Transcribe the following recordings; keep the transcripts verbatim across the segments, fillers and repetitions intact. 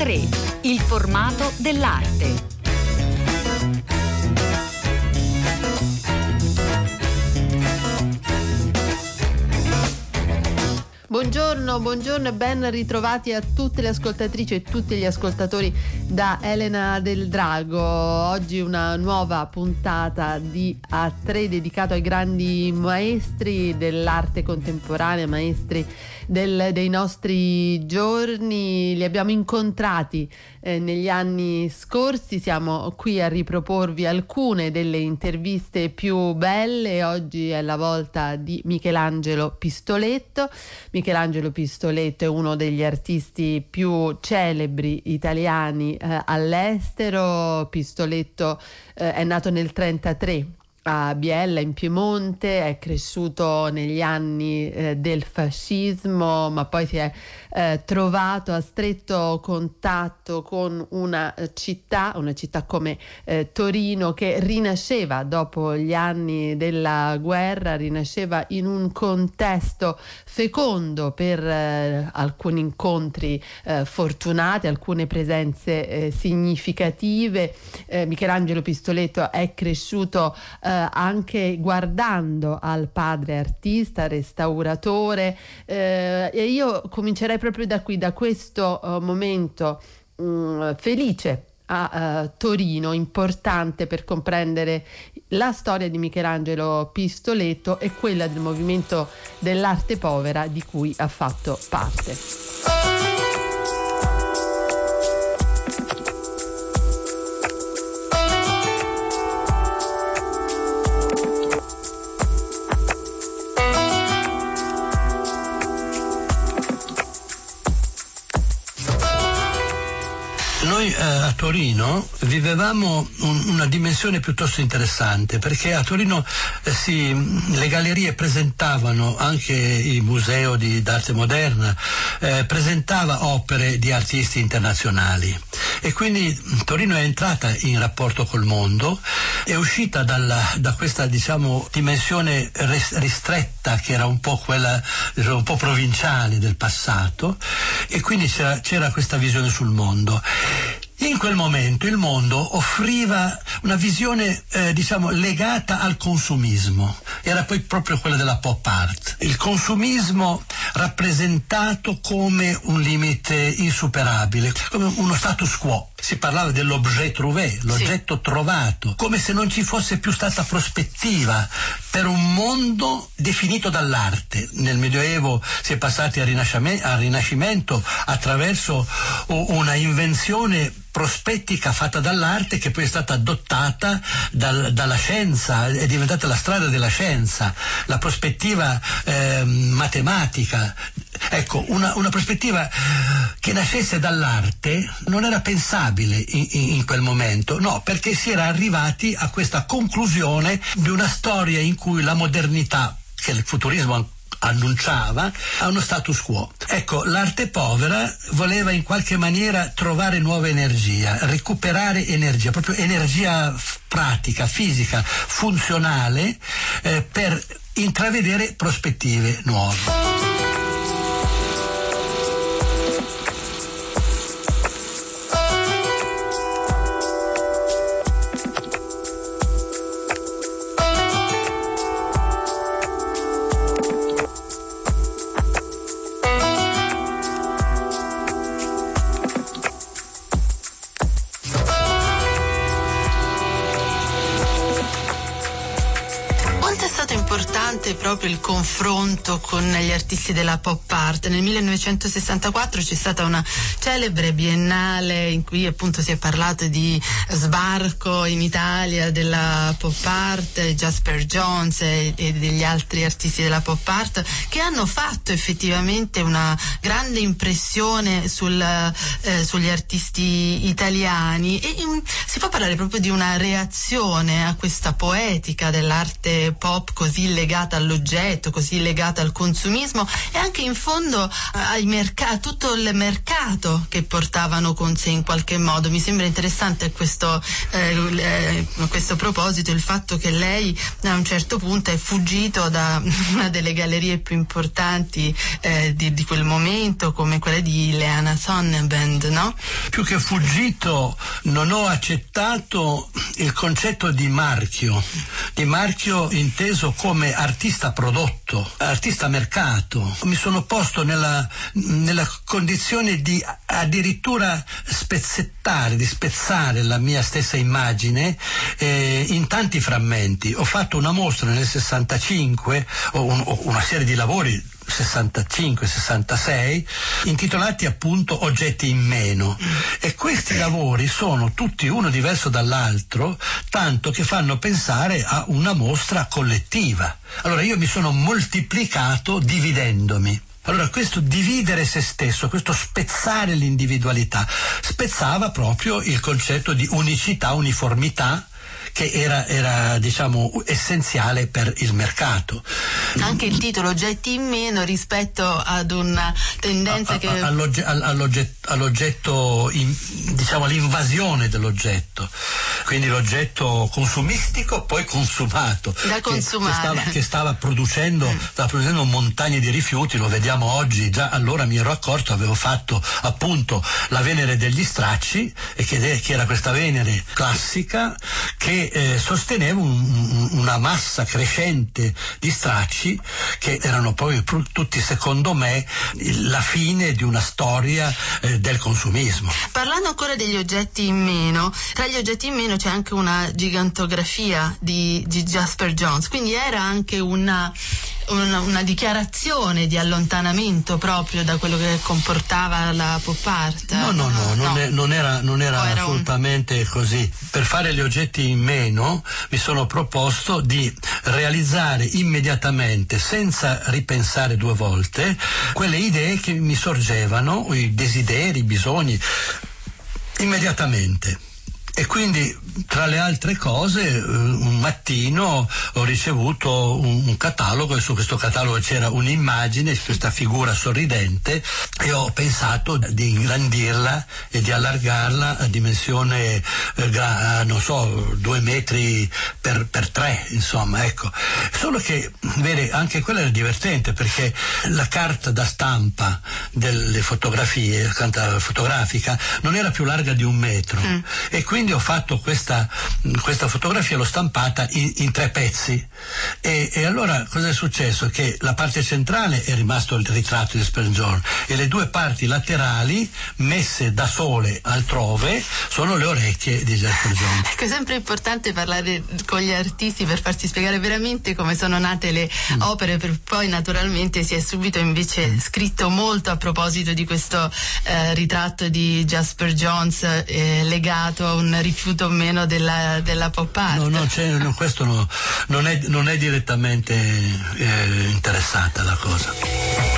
tre, il formato dell'arte. Buongiorno, buongiorno e ben ritrovati a tutte le ascoltatrici e tutti gli ascoltatori da Elena Del Drago. Oggi una nuova puntata di A tre dedicato ai grandi maestri dell'arte contemporanea, maestri del, dei nostri giorni. Li abbiamo incontrati eh, negli anni scorsi, siamo qui a riproporvi alcune delle interviste più belle. Oggi è la volta di Michelangelo Pistoletto. Michelangelo Pistoletto è uno degli artisti più celebri italiani eh, all'estero. Pistoletto eh, è nato nel trentatré a Biella in Piemonte, è cresciuto negli anni eh, del fascismo, ma poi si è eh, trovato a stretto contatto con una città, una città come eh, Torino, che rinasceva dopo gli anni della guerra, rinasceva in un contesto fecondo per eh, alcuni incontri eh, fortunati, alcune presenze eh, significative. eh, Michelangelo Pistoletto è cresciuto eh, anche guardando al padre artista, restauratore, eh, e io comincerei proprio da qui, da questo uh, momento um, felice a uh, Torino, importante per comprendere la storia di Michelangelo Pistoletto e quella del movimento dell'arte povera di cui ha fatto parte. Noi eh, a Torino vivevamo un, una dimensione piuttosto interessante, perché a Torino eh, si, le gallerie presentavano, anche il museo di, d'arte moderna eh, presentava opere di artisti internazionali, e quindi Torino è entrata in rapporto col mondo, è uscita dalla, da questa, diciamo, dimensione res, ristretta che era un po' quella, diciamo, un po' provinciale del passato, e quindi c'era, c'era questa visione sul mondo. In quel momento il mondo offriva una visione eh, diciamo legata al consumismo, era poi proprio quella della pop art, il consumismo rappresentato come un limite insuperabile, come uno status quo. Si parlava dell'objet trouvé, l'oggetto sì. trovato, come se non ci fosse più stata prospettiva per un mondo definito dall'arte. Nel Medioevo si è passati al Rinascimento, al Rinascimento attraverso una invenzione prospettica fatta dall'arte, che poi è stata adottata dal, dalla scienza, è diventata la strada della scienza, la prospettiva eh, matematica. Ecco, una, una prospettiva che nascesse dall'arte non era pensabile in, in, in quel momento, no, perché si era arrivati a questa conclusione di una storia in cui la modernità, che il futurismo annunciava, a uno status quo. Ecco, l'arte povera voleva in qualche maniera trovare nuova energia, recuperare energia, proprio energia pratica, fisica, funzionale, eh, per intravedere prospettive nuove. Proprio il confronto con gli artisti della pop art. Nel millenovecentosessantaquattro c'è stata una celebre biennale in cui appunto si è parlato di sbarco in Italia della pop art, Jasper Jones e, e degli altri artisti della pop art, che hanno fatto effettivamente una grande impressione sul, eh, sugli artisti italiani, e um, si può parlare proprio di una reazione a questa poetica dell'arte pop così legata all'oggetto oggetto così legato al consumismo e anche in fondo ai mercati, tutto il mercato che portavano con sé in qualche modo. Mi sembra interessante a questo, eh, a questo proposito il fatto che lei a un certo punto è fuggito da una delle gallerie più importanti eh, di, di quel momento, come quella di Leana Sonnabend, no? Più che fuggito, non ho accettato il concetto di marchio, di marchio inteso come artista prodotto, artista mercato. Mi sono posto nella, nella condizione di addirittura spezzettare, di spezzare la mia stessa immagine eh, in tanti frammenti. Ho fatto una mostra nel sessantacinque, o, un, o una serie di lavori sessantacinque sessantasei intitolati appunto Oggetti in meno, e questi lavori sono tutti uno diverso dall'altro, tanto che fanno pensare a una mostra collettiva. Allora io mi sono moltiplicato dividendomi. Allora questo dividere se stesso, questo spezzare l'individualità, spezzava proprio il concetto di unicità, uniformità, che era, era diciamo essenziale per il mercato. Anche il titolo Oggetti in meno rispetto ad una tendenza a, a, che all'oggetto, all'oggetto, all'oggetto in, diciamo l'invasione dell'oggetto, quindi l'oggetto consumistico poi consumato, da consumare, che, che, stava, che stava producendo mm. stava producendo montagne di rifiuti. Lo vediamo oggi. Già allora mi ero accorto, avevo fatto appunto la Venere degli stracci, e che, che era questa Venere classica che Eh, sosteneva un, una massa crescente di stracci che erano poi pr- tutti, secondo me, la fine di una storia eh, del consumismo. Parlando ancora degli oggetti in meno, tra gli oggetti in meno c'è anche una gigantografia di, di Jasper Johns, quindi era anche una Una, una dichiarazione di allontanamento proprio da quello che comportava la pop art. No, no, no, no. Non, è, non era, non era, era assolutamente un... così. Per fare gli oggetti in meno mi sono proposto di realizzare immediatamente, senza ripensare due volte, quelle idee che mi sorgevano, i desideri, i bisogni, immediatamente. E quindi, tra le altre cose, un mattino ho ricevuto un, un catalogo, e su questo catalogo c'era un'immagine, questa figura sorridente, e ho pensato di ingrandirla e di allargarla a dimensione, eh, gra- non so, due metri per, per tre, insomma, ecco. Solo che, vede, anche quella era divertente, perché la carta da stampa delle fotografie, la carta fotografica, non era più larga di un metro, mm. e quindi Quindi ho fatto questa, questa fotografia, l'ho stampata in, in tre pezzi, e, e allora cosa è successo? Che la parte centrale è rimasto il ritratto di Jasper Johns, e le due parti laterali, messe da sole altrove, sono le orecchie di Jasper Johns. Ecco, è sempre importante parlare con gli artisti per farsi spiegare veramente come sono nate le mm. opere, per poi naturalmente si è subito invece mm. scritto molto a proposito di questo eh, ritratto di Jasper Johns eh, legato a un rifiuto o meno della, della pop art. No, no, c'è, no, questo no, non, è, non è direttamente eh, interessata la cosa.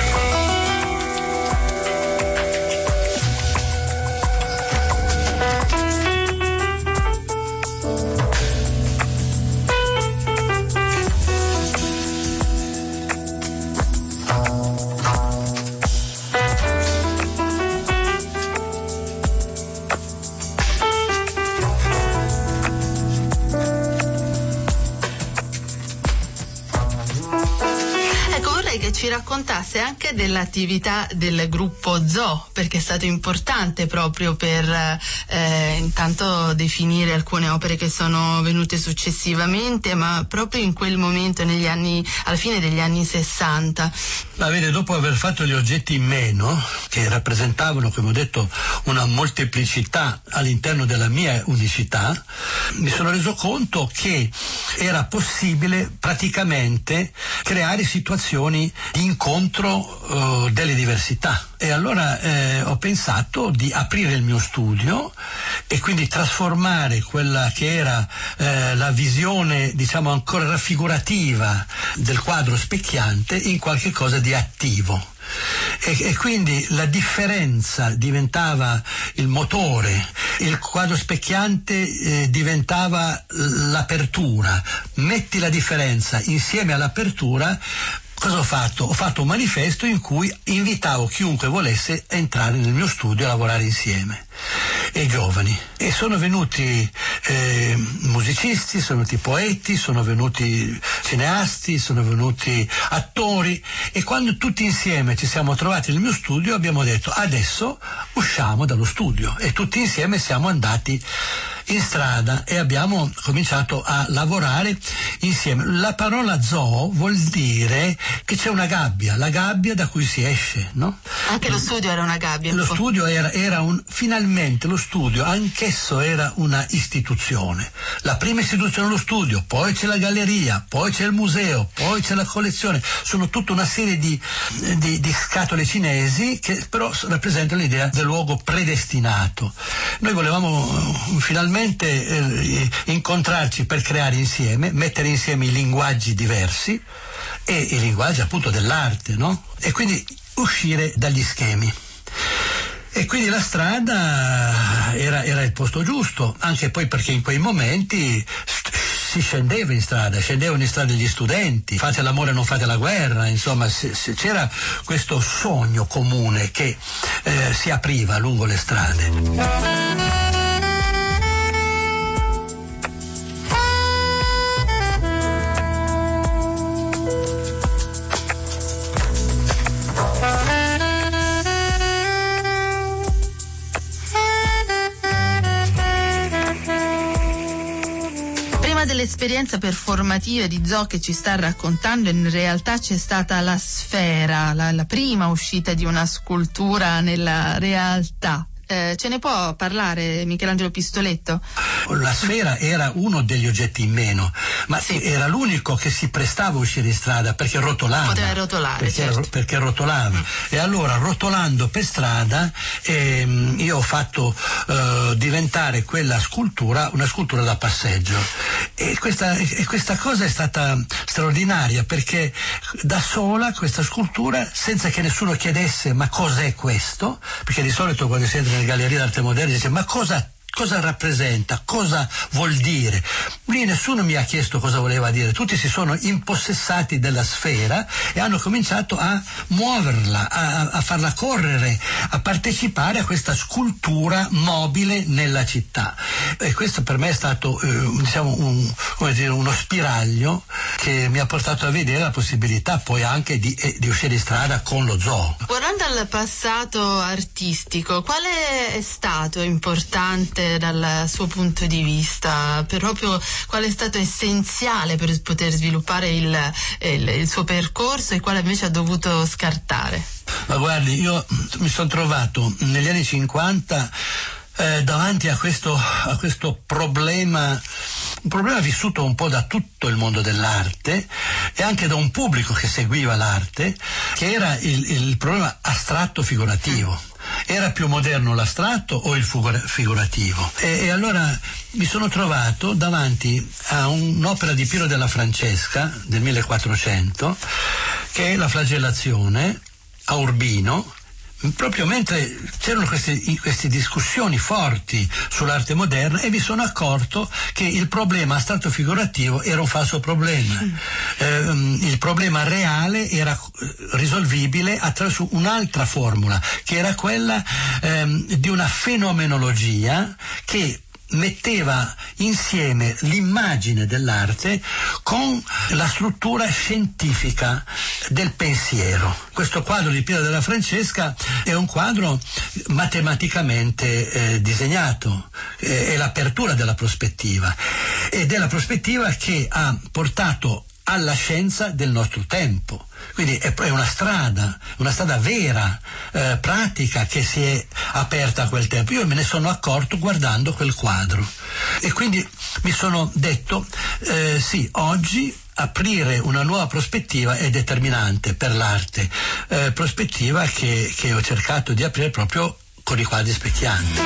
Ci raccontasse anche dell'attività del gruppo Zoo, perché è stato importante proprio per eh, intanto definire alcune opere che sono venute successivamente, ma proprio in quel momento, negli anni, alla fine degli anni sessanta. Ma vede, dopo aver fatto gli oggetti in meno, che rappresentavano, come ho detto, una molteplicità all'interno della mia unicità, mi sono reso conto che era possibile praticamente creare situazioni di incontro uh, delle diversità. E allora eh, ho pensato di aprire il mio studio e quindi trasformare quella che era eh, la visione, diciamo, ancora raffigurativa del quadro specchiante in qualche cosa di attivo. E, e quindi la differenza diventava il motore, il quadro specchiante eh, diventava l'apertura. Metti la differenza insieme all'apertura. Cosa ho fatto? Ho fatto un manifesto in cui invitavo chiunque volesse entrare nel mio studio a lavorare insieme, e giovani. E sono venuti eh, musicisti, sono venuti poeti, sono venuti cineasti, sono venuti attori, e quando tutti insieme ci siamo trovati nel mio studio abbiamo detto: adesso usciamo dallo studio, e tutti insieme siamo andati in strada e abbiamo cominciato a lavorare insieme. La parola zoo vuol dire che c'è una gabbia, la gabbia da cui si esce, no? Anche lo studio era una gabbia. Lo studio era, era un, finalmente lo studio, anch'esso era una istituzione. La prima istituzione è lo studio, poi c'è la galleria, poi c'è il museo, poi c'è la collezione. Sono tutta una serie di, di, di scatole cinesi che però rappresentano l'idea del luogo predestinato. Noi volevamo finalmente Eh, incontrarci per creare insieme, mettere insieme i linguaggi diversi e i linguaggi appunto dell'arte, no? E quindi uscire dagli schemi. E quindi la strada era, era il posto giusto, anche poi perché in quei momenti st- si scendeva in strada, scendevano in strada gli studenti, fate l'amore non fate la guerra, insomma se, se c'era questo sogno comune che eh, si apriva lungo le strade. Dell'esperienza performativa di Zoo che ci sta raccontando, in realtà c'è stata la Sfera, la, la prima uscita di una scultura nella realtà. Eh, ce ne può parlare Michelangelo Pistoletto? La Sfera era uno degli oggetti in meno, ma sì, era l'unico che si prestava a uscire in strada perché rotolava. Poteva rotolare, perché, certo. perché rotolava. Mm. E allora rotolando per strada ehm, io ho fatto eh, diventare quella scultura una scultura da passeggio. E questa, e questa cosa è stata straordinaria, perché da sola questa scultura, senza che nessuno chiedesse ma cos'è questo, perché di solito quando si entra nelle gallerie d'arte moderna dice ma cosa cosa rappresenta, cosa vuol dire. Lì nessuno mi ha chiesto cosa voleva dire, tutti si sono impossessati della sfera e hanno cominciato a muoverla, a, a farla correre, a partecipare a questa scultura mobile nella città. E questo per me è stato eh, diciamo un, come dire, uno spiraglio che mi ha portato a vedere la possibilità poi anche di, eh, di uscire in strada con lo zoo. Guardando al passato artistico, quale è stato importante dal suo punto di vista, proprio quale è stato essenziale per poter sviluppare il, il, il suo percorso, e quale invece ha dovuto scartare? Ma guardi, io mi sono trovato negli anni cinquanta eh, davanti a questo, a questo problema, un problema vissuto un po' da tutto il mondo dell'arte e anche da un pubblico che seguiva l'arte, che era il, il problema astratto figurativo. Era più moderno l'astratto o il figurativo? E, e allora mi sono trovato davanti a un'opera di Piero della Francesca del millequattrocento, che è La flagellazione, a Urbino, proprio mentre c'erano queste, queste discussioni forti sull'arte moderna, e mi sono accorto che il problema astratto figurativo era un falso problema. Mm. Eh, il problema reale era risolvibile attraverso un'altra formula, che era quella ehm, di una fenomenologia che metteva insieme l'immagine dell'arte con la struttura scientifica del pensiero. Questo quadro di Piero della Francesca è un quadro matematicamente eh, disegnato, eh, è l'apertura della prospettiva, ed è la prospettiva che ha portato alla scienza del nostro tempo. Quindi è una strada, una strada vera, eh, pratica, che si è aperta a quel tempo. Io me ne sono accorto guardando quel quadro, e quindi mi sono detto eh, sì, oggi aprire una nuova prospettiva è determinante per l'arte, eh, prospettiva che, che ho cercato di aprire proprio con i quadri specchianti.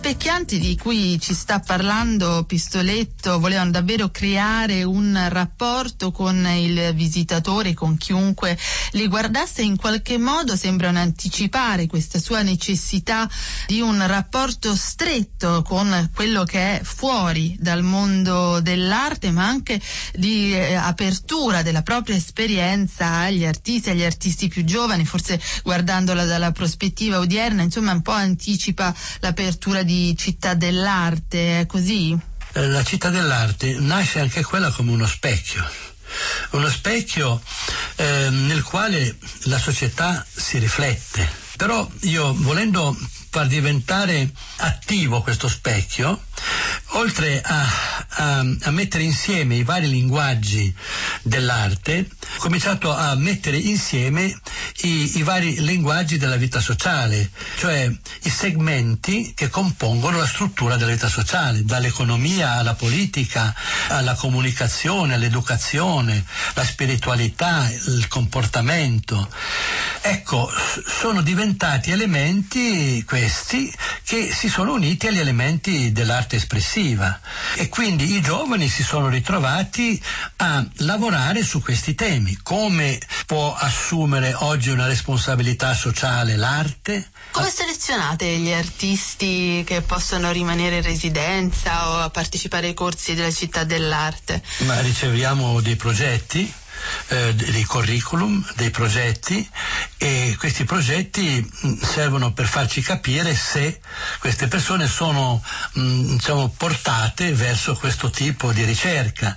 specchianti di cui ci sta parlando Pistoletto volevano davvero creare un rapporto con il visitatore, con chiunque li guardasse. In qualche modo sembrano anticipare questa sua necessità di un rapporto stretto con quello che è fuori dal mondo dell'arte, ma anche di eh, apertura della propria esperienza agli artisti, agli artisti più giovani, forse guardandola dalla prospettiva odierna, insomma un po' anticipa l'apertura di Città dell'Arte, è così? La Città dell'Arte nasce anche quella come uno specchio, uno specchio eh, nel quale la società si riflette. Però io, volendo far diventare attivo questo specchio, oltre a, a, a mettere insieme i vari linguaggi dell'arte, ho cominciato a mettere insieme i, i vari linguaggi della vita sociale, cioè i segmenti che compongono la struttura della vita sociale, dall'economia alla politica, alla comunicazione, all'educazione, la spiritualità, il comportamento. Ecco, sono diventati elementi questi che si sono uniti agli elementi dell'arte espressiva, e quindi i giovani si sono ritrovati a lavorare su questi temi. Come può assumere oggi una responsabilità sociale l'arte? Come selezionate gli artisti che possono rimanere in residenza o a partecipare ai corsi della Città dell'Arte? Ma riceviamo dei progetti, Eh, dei curriculum, dei progetti, e questi progetti mh, servono per farci capire se queste persone sono mh, diciamo portate verso questo tipo di ricerca,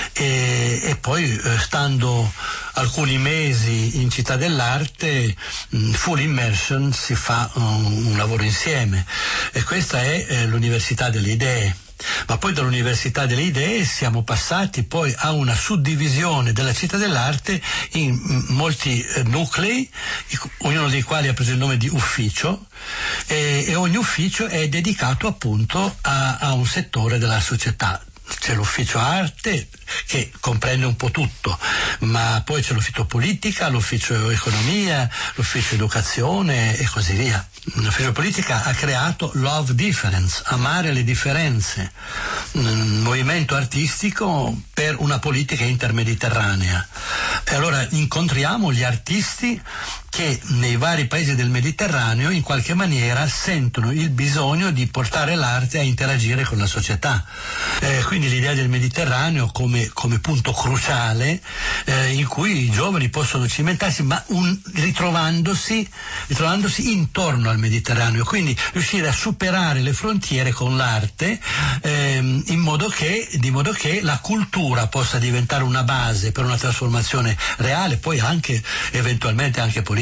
e, e poi eh, stando alcuni mesi in Città dell'Arte, mh, full immersion, si fa un, un lavoro insieme, e questa è eh, l'Università delle Idee. Ma poi dall'Università delle Idee siamo passati poi a una suddivisione della Città dell'Arte in molti eh, nuclei, ognuno dei quali ha preso il nome di ufficio, e, e ogni ufficio è dedicato appunto a, a un settore della società. C'è l'ufficio arte, che comprende un po' tutto, ma poi c'è l'ufficio politica, l'ufficio economia, l'ufficio educazione e così via. L'ufficio politica ha creato Love Difference, amare le differenze, un movimento artistico per una politica intermediterranea. E allora incontriamo gli artisti che nei vari paesi del Mediterraneo in qualche maniera sentono il bisogno di portare l'arte a interagire con la società. Eh, quindi l'idea del Mediterraneo come, come punto cruciale eh, in cui i giovani possono cimentarsi, ma un, ritrovandosi, ritrovandosi intorno al Mediterraneo, quindi riuscire a superare le frontiere con l'arte, ehm, in modo che, di modo che la cultura possa diventare una base per una trasformazione reale, poi anche eventualmente anche politica.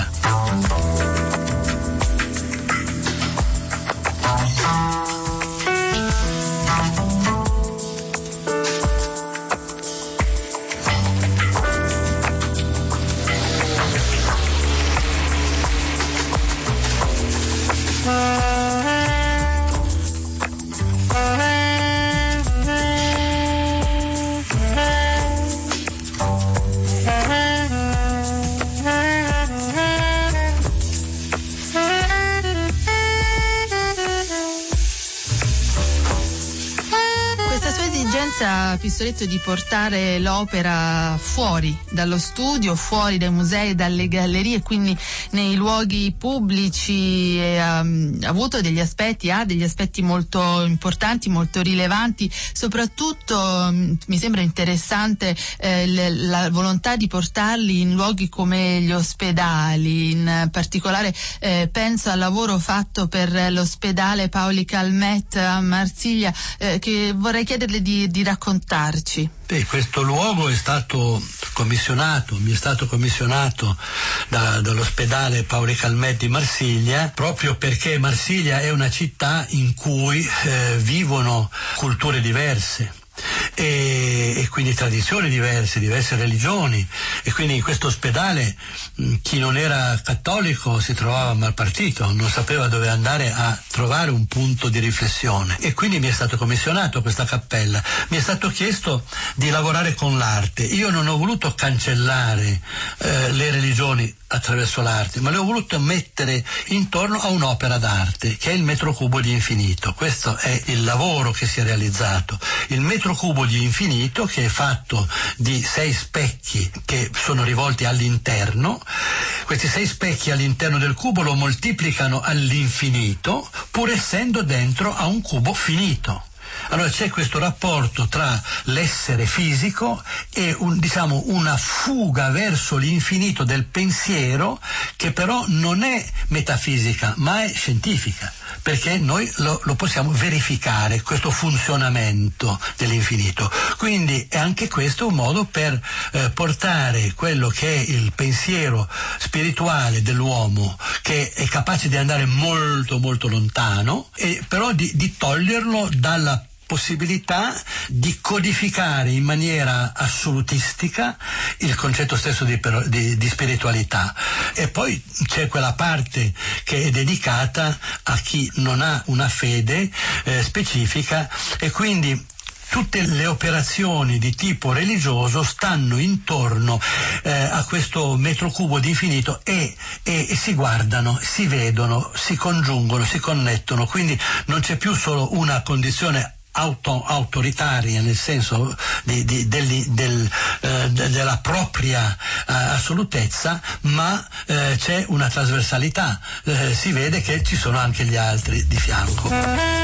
Pistoletto di portare l'opera fuori dallo studio, fuori dai musei, dalle gallerie, quindi nei luoghi pubblici, e, um, ha avuto degli aspetti, ha degli aspetti molto importanti, molto rilevanti, soprattutto um, mi sembra interessante eh, l- la volontà di portarli in luoghi come gli ospedali, in particolare eh, penso al lavoro fatto per l'ospedale Paoli Calmet a Marsiglia, eh, che vorrei chiederle di, di raccontarci. Beh, questo luogo è stato commissionato, mi è stato commissionato da, dall'ospedale Paoli Calmet di Marsiglia, proprio perché Marsiglia è una città in cui eh, vivono culture diverse. e, e quindi tradizioni diverse, diverse religioni, e quindi in questo ospedale mh, chi non era cattolico si trovava mal partito, non sapeva dove andare a trovare un punto di riflessione, e quindi mi è stato commissionato questa cappella, mi è stato chiesto di lavorare con l'arte. Io non ho voluto cancellare eh, le religioni attraverso l'arte, ma le ho voluto mettere intorno a un'opera d'arte che è il metro cubo di infinito. Questo è il lavoro che si è realizzato, il metro cubo di infinito, che è fatto di sei specchi che sono rivolti all'interno. Questi sei specchi all'interno del cubo lo moltiplicano all'infinito, pur essendo dentro a un cubo finito. Allora c'è questo rapporto tra l'essere fisico e un, diciamo, una fuga verso l'infinito del pensiero, che però non è metafisica ma è scientifica, perché noi lo, lo possiamo verificare, questo funzionamento dell'infinito. Quindi è anche questo un modo per eh, portare quello che è il pensiero spirituale dell'uomo, che è capace di andare molto molto lontano, e però di, di toglierlo dalla possibilità di codificare in maniera assolutistica il concetto stesso di, di, di spiritualità. E poi c'è quella parte che è dedicata a chi non ha una fede eh, specifica, e quindi tutte le operazioni di tipo religioso stanno intorno eh, a questo metro cubo di infinito, e, e, e si guardano, si vedono, si congiungono, si connettono. Quindi non c'è più solo una condizione Auto, autoritaria nel senso di, di, del, del, eh, de, della propria eh, assolutezza, ma eh, c'è una trasversalità, eh, si vede che ci sono anche gli altri di fianco.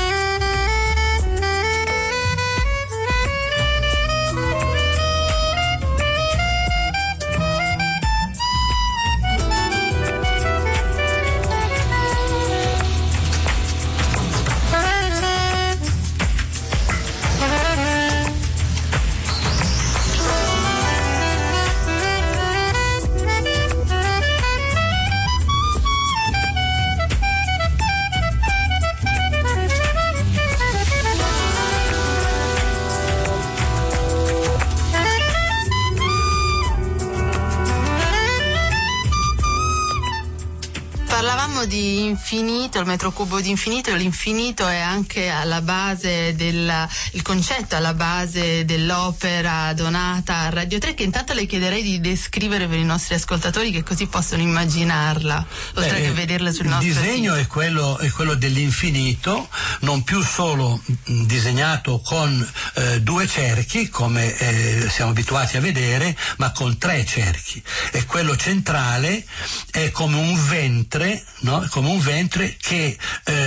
Parlavamo di infinito, il metro cubo di infinito, l'infinito è anche alla base del il concetto, alla base dell'opera donata a Radio tre, che intanto le chiederei di descrivere per i nostri ascoltatori, che così possono immaginarla, oltre Beh, che vederla sul nostro sito. Il disegno è quello, è quello dell'infinito, non più solo mh, disegnato con eh, due cerchi come eh, siamo abituati a vedere, ma con tre cerchi, e quello centrale è come un ventre, no? Come un ventre che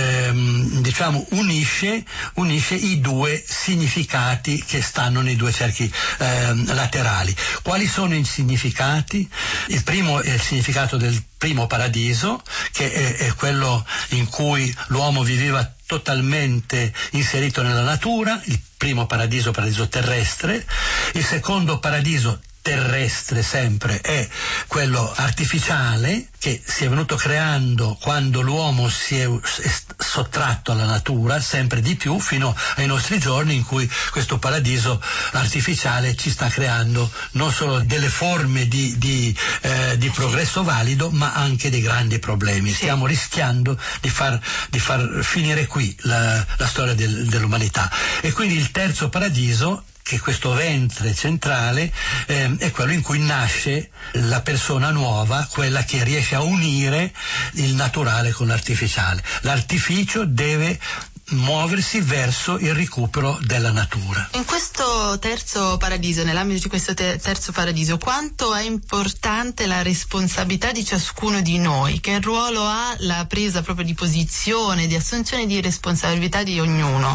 ehm, diciamo unisce, unisce i due significati che stanno nei due cerchi ehm, laterali. Quali sono i significati? Il primo è il significato del primo paradiso, che è, è quello in cui l'uomo viveva totalmente inserito nella natura, il primo paradiso, paradiso terrestre. Il secondo paradiso terrestre sempre è quello artificiale, che si è venuto creando quando l'uomo si è sottratto alla natura sempre di più, fino ai nostri giorni, in cui questo paradiso artificiale ci sta creando non solo delle forme di, di, eh, di progresso valido, ma anche dei grandi problemi. Stiamo rischiando di far, di far finire qui la, la storia del, dell'umanità. E quindi il terzo paradiso, che questo ventre centrale eh, è quello in cui nasce la persona nuova, quella che riesce a unire il naturale con l'artificiale. L'artificio deve muoversi verso il recupero della natura. In questo terzo paradiso, nell'ambito di questo te- terzo paradiso, quanto è importante la responsabilità di ciascuno di noi? Che ruolo ha la presa proprio di posizione, di assunzione di responsabilità di ognuno?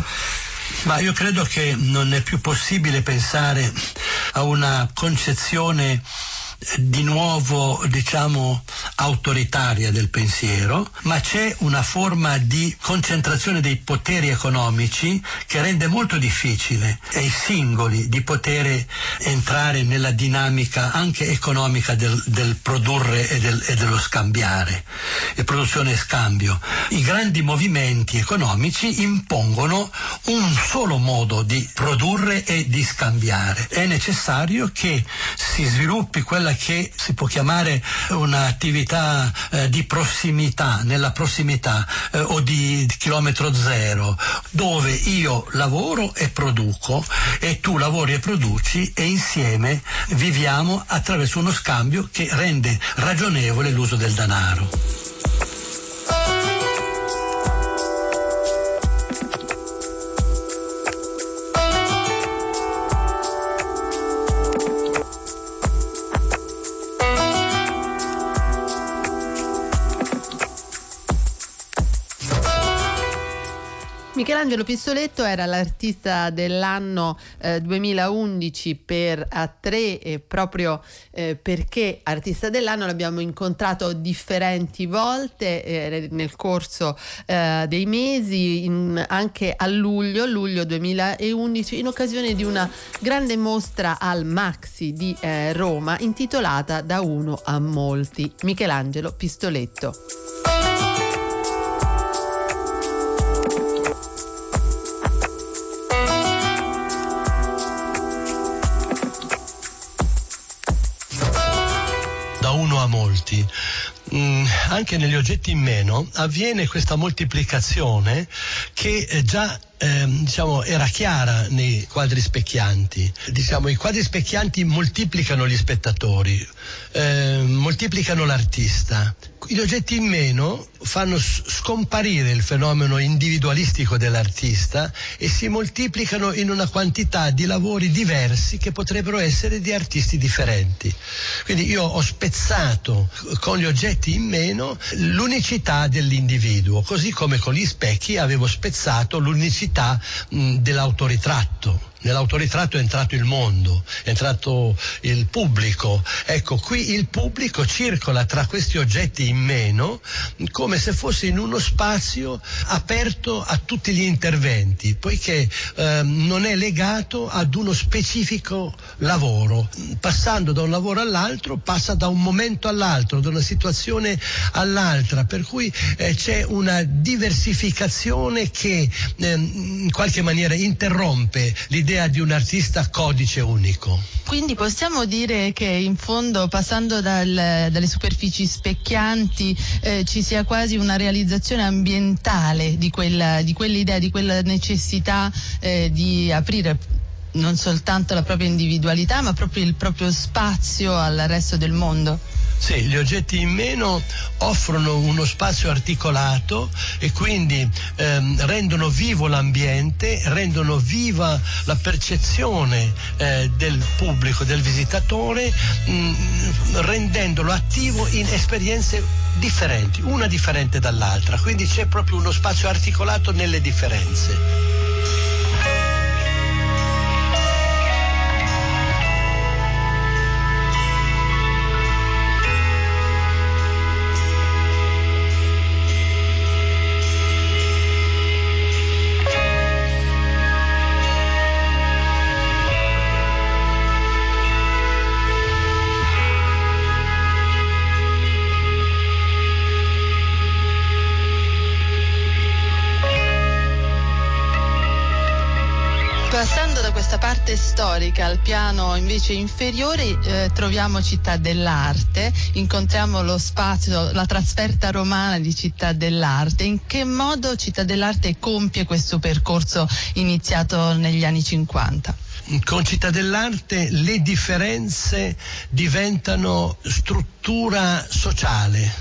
Ma io credo che non è più possibile pensare a una concezione di nuovo, diciamo, autoritaria del pensiero, ma c'è una forma di concentrazione dei poteri economici che rende molto difficile ai singoli di poter entrare nella dinamica anche economica del, del produrre e, del, e dello scambiare, e produzione e scambio. I grandi movimenti economici impongono un solo modo di produrre e di scambiare. È necessario che si sviluppi quella che si può chiamare un'attività eh, di prossimità, nella prossimità eh, o di chilometro zero, dove io lavoro e produco e tu lavori e produci e insieme viviamo attraverso uno scambio che rende ragionevole l'uso del denaro. Michelangelo Pistoletto era l'artista dell'anno eh, duemilaundici per A tre, e proprio eh, perché artista dell'anno l'abbiamo incontrato differenti volte eh, nel corso eh, dei mesi, in, anche a luglio, luglio duemilaundici, in occasione di una grande mostra al Maxi di eh, Roma intitolata Da uno a molti. Michelangelo Pistoletto. Molti. Mm, anche negli oggetti in meno avviene questa moltiplicazione che eh, già eh, diciamo era chiara nei quadri specchianti. Diciamo, i quadri specchianti moltiplicano gli spettatori, eh, moltiplicano l'artista. Gli oggetti in meno fanno scomparire il fenomeno individualistico dell'artista e si moltiplicano in una quantità di lavori diversi che potrebbero essere di artisti differenti. Quindi io ho spezzato con gli oggetti in meno l'unicità dell'individuo, così come con gli specchi avevo spezzato l'unicità mh, dell'autoritratto. Nell'autoritratto è entrato il mondo, è entrato il pubblico. Ecco, qui il pubblico circola tra questi oggetti in meno come se fosse in uno spazio aperto a tutti gli interventi, poiché eh, non è legato ad uno specifico lavoro. Passando da un lavoro all'altro, passa da un momento all'altro, da una situazione all'altra, per cui eh, c'è una diversificazione che eh, in qualche maniera interrompe l'idea di un artista codice unico. Quindi possiamo dire che in fondo, passando dal, dalle superfici specchianti, eh, ci sia quasi una realizzazione ambientale di quella, di quell'idea, di quella necessità eh, di aprire non soltanto la propria individualità, ma proprio il proprio spazio al resto del mondo. Sì, gli oggetti in meno offrono uno spazio articolato e quindi ehm, rendono vivo l'ambiente, rendono viva la percezione eh, del pubblico, del visitatore, mh, rendendolo attivo in esperienze differenti, una differente dall'altra. Quindi c'è proprio uno spazio articolato nelle differenze. Passando da questa parte storica al piano invece inferiore, eh, troviamo Città dell'Arte, incontriamo lo spazio, la trasferta romana di Città dell'Arte. In che modo Città dell'Arte compie questo percorso iniziato negli anni cinquanta? Con Città dell'Arte le differenze diventano struttura sociale.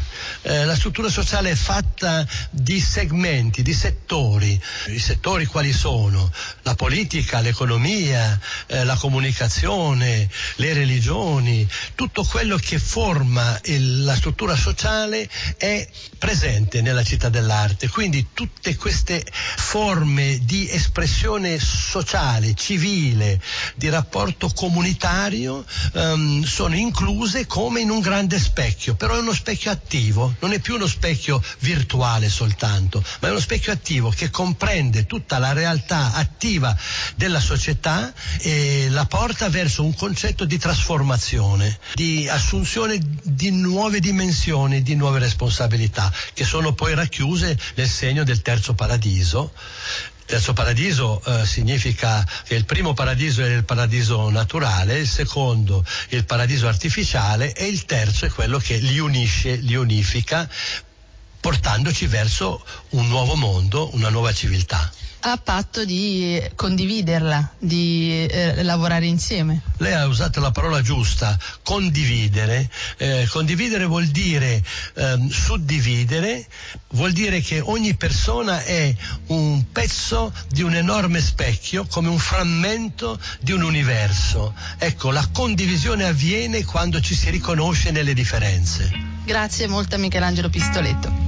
Eh, la struttura sociale è fatta di segmenti, di settori. I settori quali sono? La politica, l'economia, eh, la comunicazione, le religioni, tutto quello che forma il, la struttura sociale è presente nella città dell'arte, quindi tutte queste forme di espressione sociale, civile, di rapporto comunitario um, sono incluse come in un grande specchio, però è uno specchio attivo, non è più uno specchio virtuale soltanto, ma è uno specchio attivo che comprende tutta la realtà attiva della società e la porta verso un concetto di trasformazione, di assunzione di nuove dimensioni, di nuove responsabilità, che sono poi racchiuse nel segno del terzo paradiso. Terzo paradiso eh, significa che il primo paradiso è il paradiso naturale, il secondo il paradiso artificiale e il terzo è quello che li unisce, li unifica, portandoci verso un nuovo mondo, una nuova civiltà. A patto di condividerla, di eh, lavorare insieme. Lei ha usato la parola giusta, condividere. Eh, condividere vuol dire ehm, suddividere, vuol dire che ogni persona è un pezzo di un enorme specchio, come un frammento di un universo. Ecco, la condivisione avviene quando ci si riconosce nelle differenze. Grazie molto a Michelangelo Pistoletto.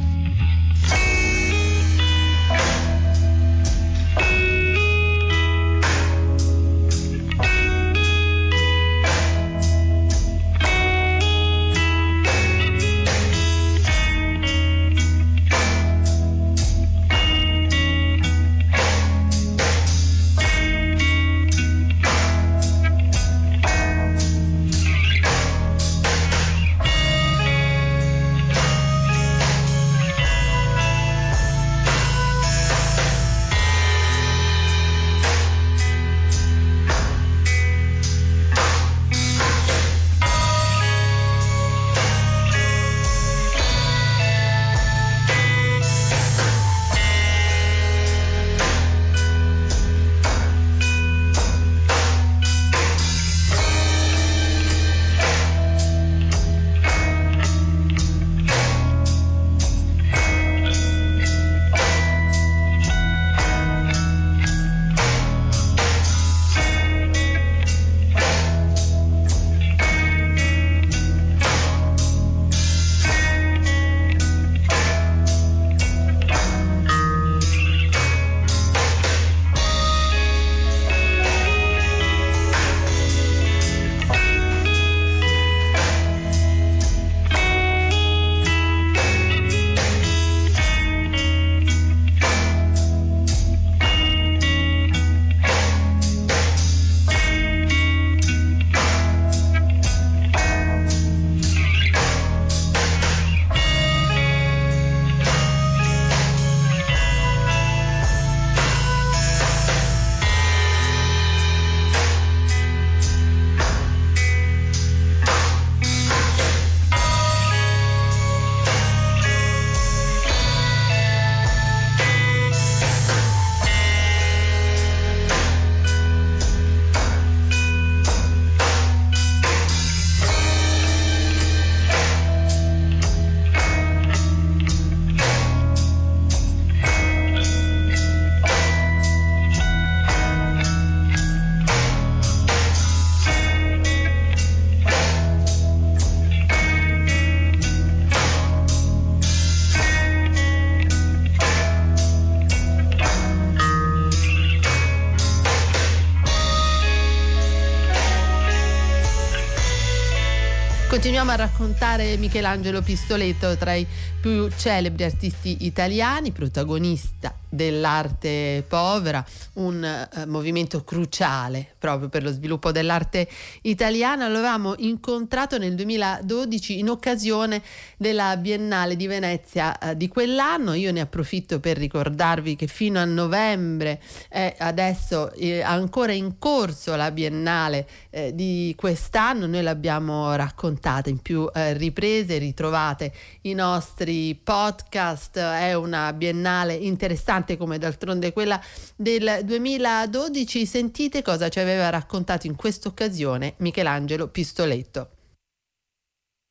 Continuiamo a raccontare Michelangelo Pistoletto, tra i più celebri artisti italiani, protagonista dell'arte povera, un eh, movimento cruciale proprio per lo sviluppo dell'arte italiana. Lo avevamo incontrato nel duemiladodici in occasione della Biennale di Venezia eh, di quell'anno. Io ne approfitto per ricordarvi che fino a novembre è adesso eh, ancora in corso la Biennale eh, di quest'anno. Noi l'abbiamo raccontata in più eh, riprese, ritrovate i nostri podcast. È una Biennale interessante come d'altronde quella del duemiladodici. Sentite cosa ci aveva raccontato in questa occasione Michelangelo Pistoletto.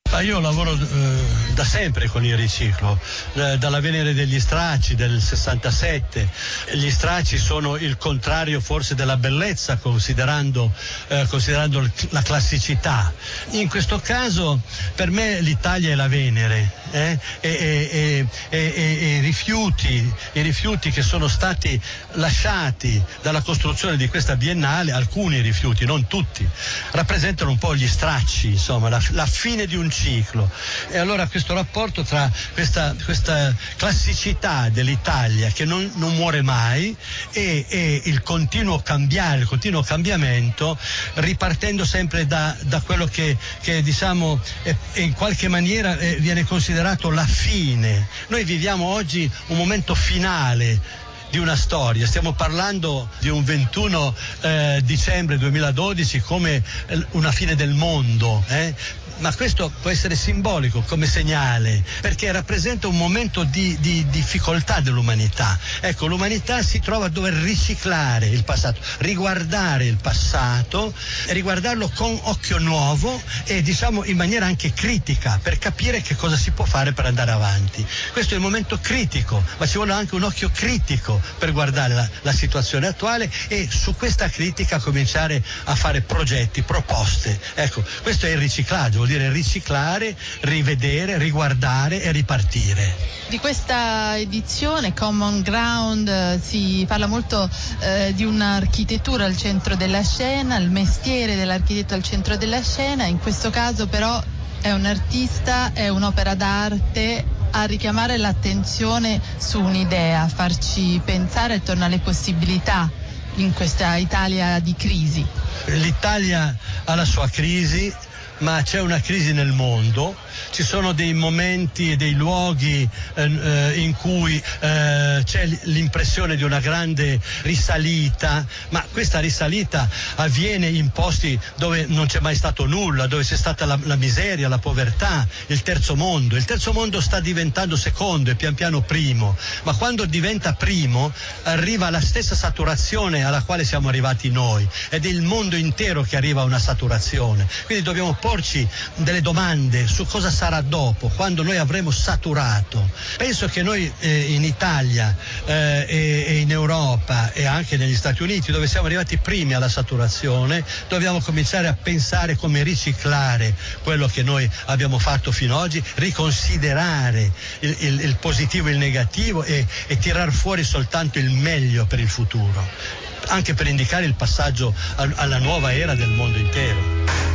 Ma io lavoro eh, da sempre con il riciclo, eh, dalla Venere degli stracci del sessantasette. Gli stracci sono il contrario forse della bellezza, considerando, eh, considerando la classicità. In questo caso per me l'Italia è la Venere, eh? e, e, e, e, e i rifiuti, i rifiuti che sono stati lasciati dalla costruzione di questa biennale, alcuni rifiuti, non tutti, rappresentano un po' gli stracci, insomma, la, la fine di un ciclo. E allora questo rapporto tra questa, questa classicità dell'Italia che non, non muore mai e, e il continuo cambiare, il continuo cambiamento, ripartendo sempre da, da quello che, che diciamo è, è in qualche maniera è, viene considerato la fine. Noi viviamo oggi un momento finale di una storia, stiamo parlando di un ventuno eh, dicembre duemiladodici come una fine del mondo, eh? Ma questo può essere simbolico come segnale, perché rappresenta un momento di, di difficoltà dell'umanità. Ecco, l'umanità si trova a dover riciclare il passato, riguardare il passato, riguardarlo con occhio nuovo e diciamo in maniera anche critica, per capire che cosa si può fare per andare avanti. Questo è il momento critico, ma ci vuole anche un occhio critico per guardare la, la situazione attuale e su questa critica cominciare a fare progetti, proposte. Ecco, questo è il riciclaggio. Vuol dire riciclare, rivedere, riguardare e ripartire. Di questa edizione Common Ground eh, si parla molto eh, di un'architettura al centro della scena, il mestiere dell'architetto al centro della scena. In questo caso però è un artista, è un'opera d'arte a richiamare l'attenzione su un'idea, a farci pensare attorno alle possibilità in questa Italia di crisi. L'Italia ha la sua crisi, ma c'è una crisi nel mondo, ci sono dei momenti e dei luoghi eh, in cui eh, c'è l'impressione di una grande risalita, ma questa risalita avviene in posti dove non c'è mai stato nulla, dove c'è stata la, la miseria, la povertà, il terzo mondo. Il terzo mondo sta diventando secondo e pian piano primo, ma quando diventa primo arriva la stessa saturazione alla quale siamo arrivati noi, ed è il mondo intero che arriva a una saturazione. Quindi dobbiamo porci delle domande su cosa sarà dopo, quando noi avremo saturato. Penso che noi eh, in Italia eh, e, e in Europa e anche negli Stati Uniti, dove siamo arrivati primi alla saturazione, dobbiamo cominciare a pensare come riciclare quello che noi abbiamo fatto fino ad oggi, riconsiderare il, il, il positivo e il negativo e, e tirar fuori soltanto il meglio per il futuro, anche per indicare il passaggio a, alla nuova era del mondo intero.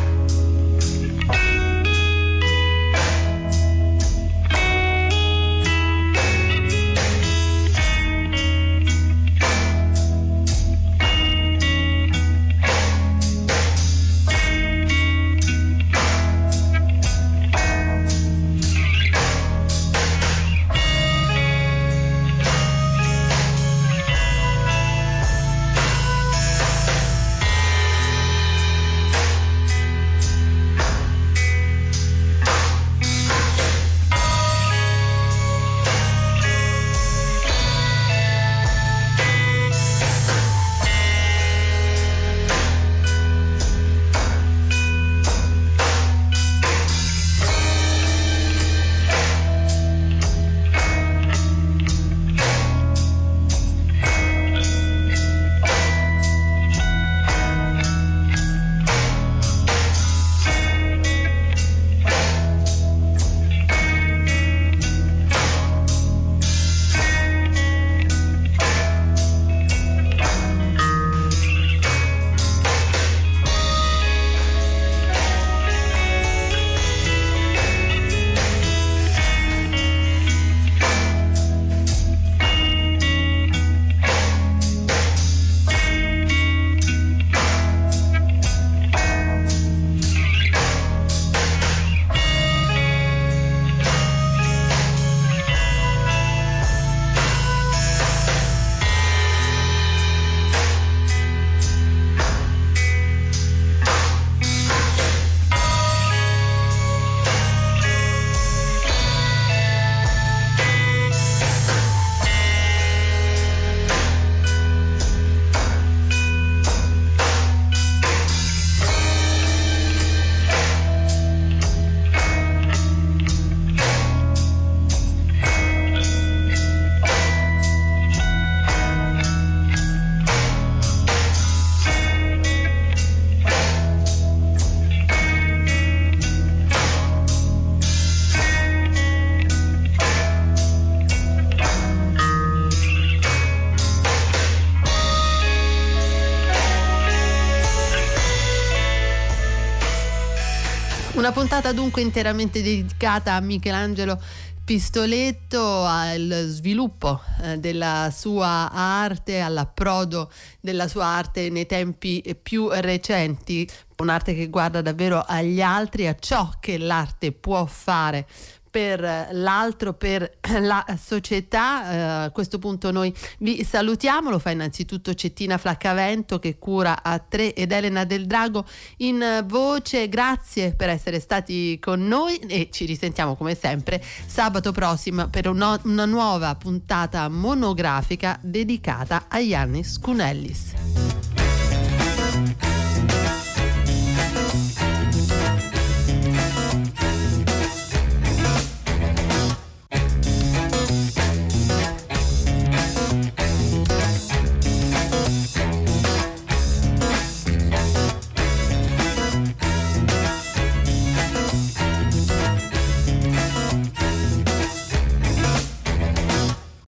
Una puntata dunque interamente dedicata a Michelangelo Pistoletto, al sviluppo eh, della sua arte, all'approdo della sua arte nei tempi più recenti, un'arte che guarda davvero agli altri, a ciò che l'arte può fare per l'altro, per la società. Eh, a questo punto noi vi salutiamo. Lo fa innanzitutto Cettina Flaccavento, che cura a tre, ed Elena Del Drago in voce. Grazie per essere stati con noi e ci risentiamo come sempre sabato prossimo per una, una nuova puntata monografica dedicata a Iannis Kounellis.